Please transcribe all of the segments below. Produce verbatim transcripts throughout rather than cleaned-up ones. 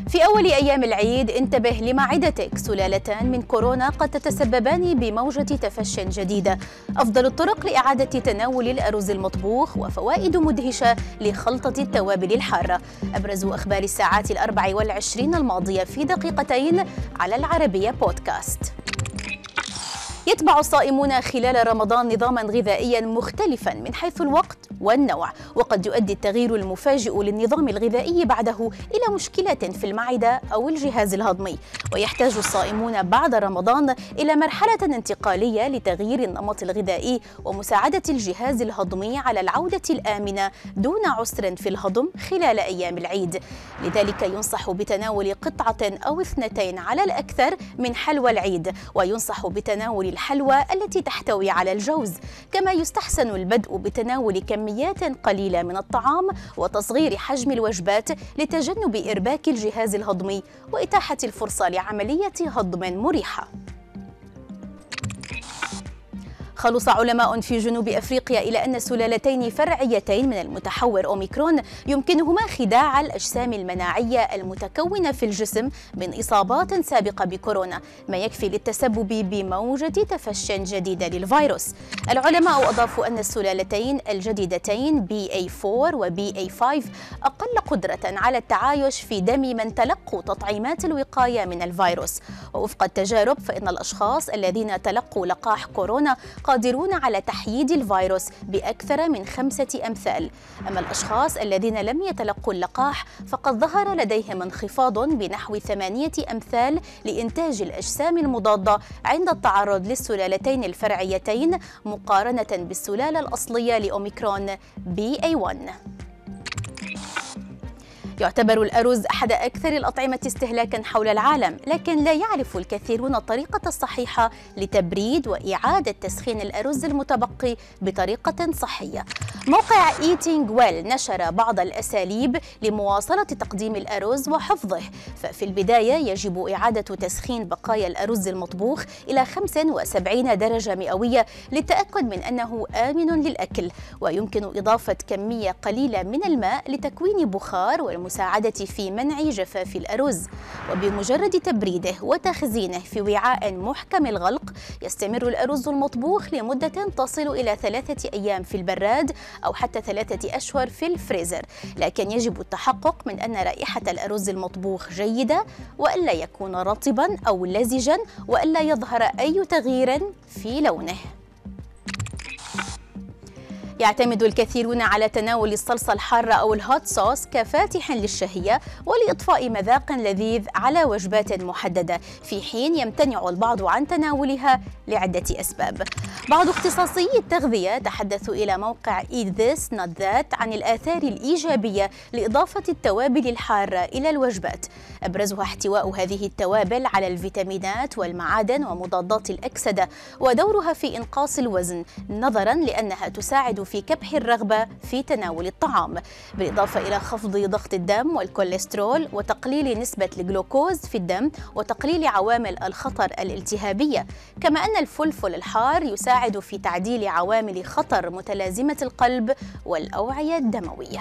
في أول أيام العيد انتبه لمعدتك، سلالتان من كورونا قد تتسببان بموجة تفشٍ جديدة. أفضل الطرق لإعادة تناول الأرز المطبوخ وفوائد مدهشة لخلطة التوابل الحارة. أبرز أخبار الساعات الأربع والعشرين الماضية في دقيقتين على العربية بودكاست. يتبع الصائمون خلال رمضان نظاماً غذائياً مختلفاً من حيث الوقت والنوع، وقد يؤدي التغيير المفاجئ للنظام الغذائي بعده إلى مشكلة في المعدة أو الجهاز الهضمي. ويحتاج الصائمون بعد رمضان إلى مرحلة انتقالية لتغيير النمط الغذائي ومساعدة الجهاز الهضمي على العودة الآمنة دون عسر في الهضم خلال أيام العيد. لذلك ينصح بتناول قطعة أو اثنتين على الأكثر من حلوى العيد، وينصح بتناول الحلوى التي تحتوي على الجوز. كما يستحسن البدء بتناول كميات قليلة من الطعام وتصغير حجم الوجبات لتجنب إرباك الجهاز الهضمي وإتاحة الفرصة لعملية هضم مريحة. خلص علماء في جنوب أفريقيا إلى أن سلالتين فرعيتين من المتحور أوميكرون يمكنهما خداع الأجسام المناعية المتكونة في الجسم من إصابات سابقة بكورونا، ما يكفي للتسبب بموجة تفشٍ جديدة للفيروس. العلماء أضافوا أن السلالتين الجديدتين بي إيه أربعة و بي إيه خمسة أقل قدرة على التعايش في دم من تلقوا تطعيمات الوقاية من الفيروس. ووفق التجارب فإن الأشخاص الذين تلقوا لقاح كورونا قادرون على تحييد الفيروس بأكثر من خمسة أمثال. أما الأشخاص الذين لم يتلقوا اللقاح فقد ظهر لديهم انخفاض بنحو ثمانية أمثال لإنتاج الأجسام المضادة عند التعرض للسلالتين الفرعيتين مقارنة بالسلالة الأصلية لأوميكرون بي إيه واحد. يعتبر الأرز أحد أكثر الأطعمة استهلاكاً حول العالم، لكن لا يعرف الكثيرون الطريقة الصحيحة لتبريد وإعادة تسخين الأرز المتبقي بطريقة صحية. موقع Eating Well نشر بعض الأساليب لمواصلة تقديم الأرز وحفظه. ففي البداية يجب إعادة تسخين بقايا الأرز المطبوخ إلى خمسة وسبعين درجة مئوية للتأكد من أنه آمن للأكل، ويمكن إضافة كمية قليلة من الماء لتكوين بخار والمساعدة في منع جفاف الأرز. وبمجرد تبريده وتخزينه في وعاء محكم الغلق يستمر الأرز المطبوخ لمدة تصل إلى ثلاثة أيام في البراد أو حتى ثلاثة أشهر في الفريزر، لكن يجب التحقق من أن رائحة الأرز المطبوخ جيدة وألا يكون رطباً أو لزجاً وألا يظهر أي تغيير في لونه. يعتمد الكثيرون على تناول الصلصة الحارة أو الهوت صوص كفاتح للشهية ولإضفاء مذاق لذيذ على وجبات محددة، في حين يمتنع البعض عن تناولها لعدة أسباب. بعض اختصاصيي التغذية تحدثوا إلى موقع Eat This Not That عن الآثار الإيجابية لإضافة التوابل الحارة إلى الوجبات، أبرزها احتواء هذه التوابل على الفيتامينات والمعادن ومضادات الأكسدة، ودورها في إنقاص الوزن نظراً لأنها تساعد في كبح الرغبة في تناول الطعام، بالإضافة إلى خفض ضغط الدم والكوليسترول وتقليل نسبة الجلوكوز في الدم وتقليل عوامل الخطر الالتهابية. كما أن الفلفل الحار يساعد في تعديل عوامل خطر متلازمة القلب والأوعية الدموية.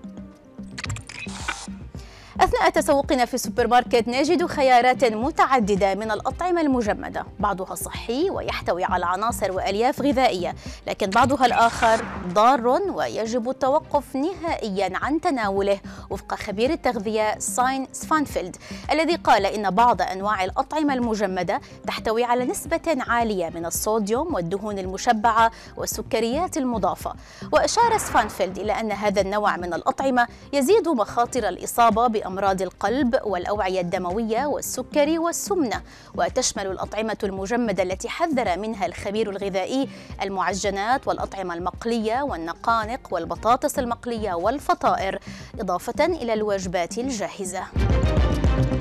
أثناء تسوقنا في السوبر ماركت نجد خيارات متعددة من الأطعمة المجمدة، بعضها صحي ويحتوي على عناصر وألياف غذائية، لكن بعضها الآخر ضار ويجب التوقف نهائياً عن تناوله، وفق خبير التغذية ساين سفانفيلد الذي قال إن بعض أنواع الأطعمة المجمدة تحتوي على نسبة عالية من الصوديوم والدهون المشبعة والسكريات المضافة. وأشار سفانفيلد إلى أن هذا النوع من الأطعمة يزيد مخاطر الإصابة بأمراض القلب والأوعية الدموية والسكري والسمنة. وتشمل الأطعمة المجمدة التي حذر منها الخبير الغذائي المعجنات والأطعمة المقلية والنقانق والبطاطس المقلية والفطائر، إضافة إلى الوجبات الجاهزة.